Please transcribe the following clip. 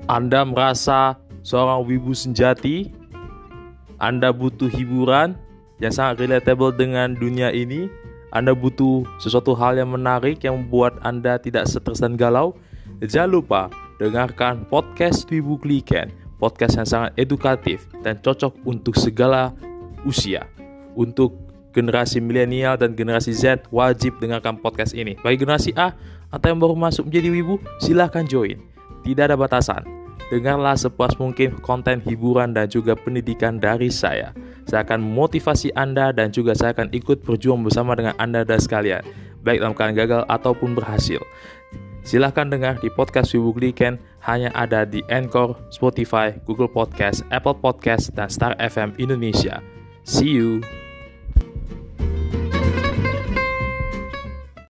Anda merasa seorang wibu sejati, Anda butuh hiburan yang sangat relatable dengan dunia ini, Anda butuh sesuatu hal yang menarik yang membuat Anda tidak stres dan galau, jangan lupa dengarkan podcast Wibu Kliken, podcast yang sangat edukatif dan cocok untuk segala usia. Untuk generasi milenial dan generasi Z wajib dengarkan podcast ini. Bagi generasi A atau yang baru masuk menjadi wibu, silahkan join. Tidak ada batasan. Dengarlah sepuas mungkin konten hiburan dan juga pendidikan dari saya. Saya akan memotivasi Anda dan juga saya akan ikut berjuang bersama dengan Anda dan sekalian, baik dalam keadaan gagal ataupun berhasil. Silahkan dengar di podcast Wibu Kliken, hanya ada di Anchor, Spotify, Google Podcast, Apple Podcast, dan Star FM Indonesia. See you!